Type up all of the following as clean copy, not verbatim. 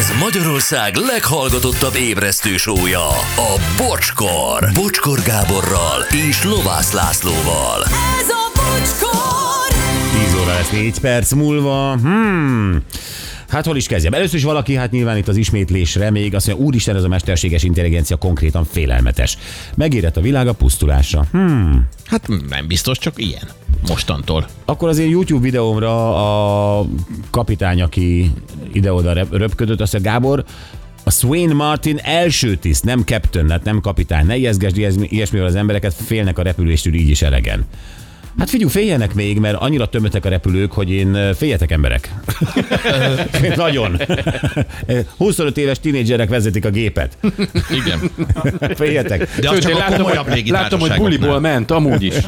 Ez Magyarország leghallgatottabb ébresztő show-ja, a Bocskor. Bocskor Gáborral és Lovász Lászlóval. Ez a Bocskor! 10 óra lesz 4 perc múlva. Hát hol is kezdjem? Először is valaki, hát nyilván itt az ismétlésre még azt mondja, úristen, ez a mesterséges intelligencia konkrétan félelmetes. Megérett a világ a pusztulásra. Hát nem biztos, csak ilyen. Mostantól. Akkor az én YouTube videómra a kapitány, aki ide-oda röpködött, azt mondja, Gábor, a Swain Martin első tiszt, nem captain, hát nem kapitány. Ne ijeszgesd ilyesmivel az embereket, félnek a repüléstől így is elegen. Hát figyelj, féljenek még, mert annyira tömöttek a repülők, hogy én féljetek emberek. Nagyon. 25 éves tínédzserek vezetik a gépet. Igen. Féljetek. De az csak a komolyabb Láttam, hogy légitársaságoknál. buliból ment, amúgy is.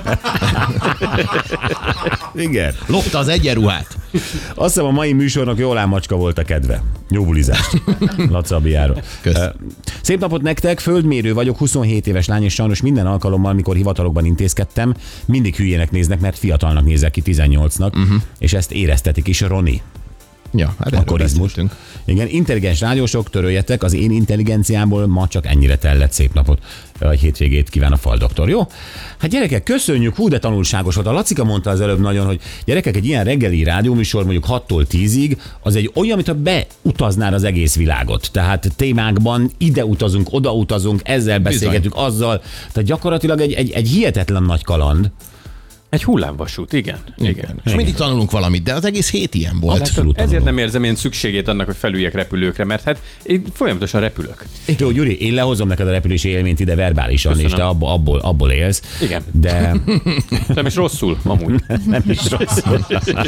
Igen. Lopta az egyenruhát. Azt hiszem, a mai műsornak jól ám macska volt a kedve. Jó bulizást. Laca Biáról. Szép napot nektek, földmérő vagyok, 27 éves lány, és sajnos minden alkalommal, mikor hivatalokban intézkedtem, mindig hülyének néznek, mert fiatalnak nézek ki, 18-nak, és ezt éreztetik is, Roni. Ja, hát A korizmus. Igen, intelligens rádiósok, töröljetek, az én intelligenciából ma csak ennyire tellett. Szép napot, vagy hétvégét kíván a Faldoktor, jó? Hát gyerekek, köszönjük, hú, de tanulságos volt. A Lacika mondta az előbb nagyon, hogy gyerekek, egy ilyen reggeli rádióműsor mondjuk 6-tól 10-ig, az egy olyan, mintha beutaznál az egész világot. Tehát témákban ide utazunk, oda utazunk, ezzel beszélgetünk, azzal. Tehát gyakorlatilag egy hihetetlen nagy kaland. Egy hullámvasút, igen. És mindig tanulunk valamit, de az egész hét ilyen volt. Abszolút Ezért tanulom. nem érzem én szükségét annak, hogy felüljek repülőkre, mert hát én folyamatosan repülök. Jó, Gyuri, én lehozom neked a repülési élményt ide verbálisan, Köszönöm. és te abból élsz. Igen. De Nem is rosszul, amúgy. nem is rosszul.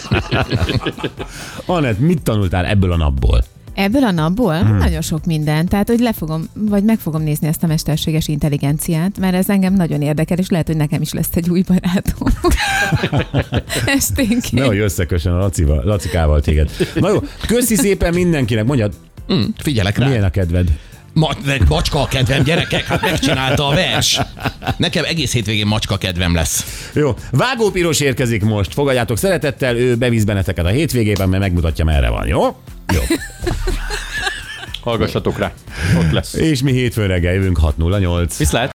Anett, mit tanultál ebből a napból? Ebből a napból nagyon sok minden. Tehát, hogy meg fogom nézni ezt a mesterséges intelligenciát, mert ez engem nagyon érdekel, és lehet, hogy nekem is lesz egy új barátom. Esténként. Nehogy összekössön a Lacikával téged. Na jó, köszi szépen mindenkinek. Mondjad, Figyelek rá. milyen a kedved? Egy macska a kedvem, gyerekek, hát megcsinálta a vers. Nekem egész hétvégén macska kedvem lesz. Jó, Vágó Piros érkezik most. Fogadjátok szeretettel, ő bevisz benneteket a hétvégében, mert megmutatja, merre van, jó? Jó. Hallgassatok rá, ott lesz. És mi hétfőn reggel jövünk 6:08. Viszlát!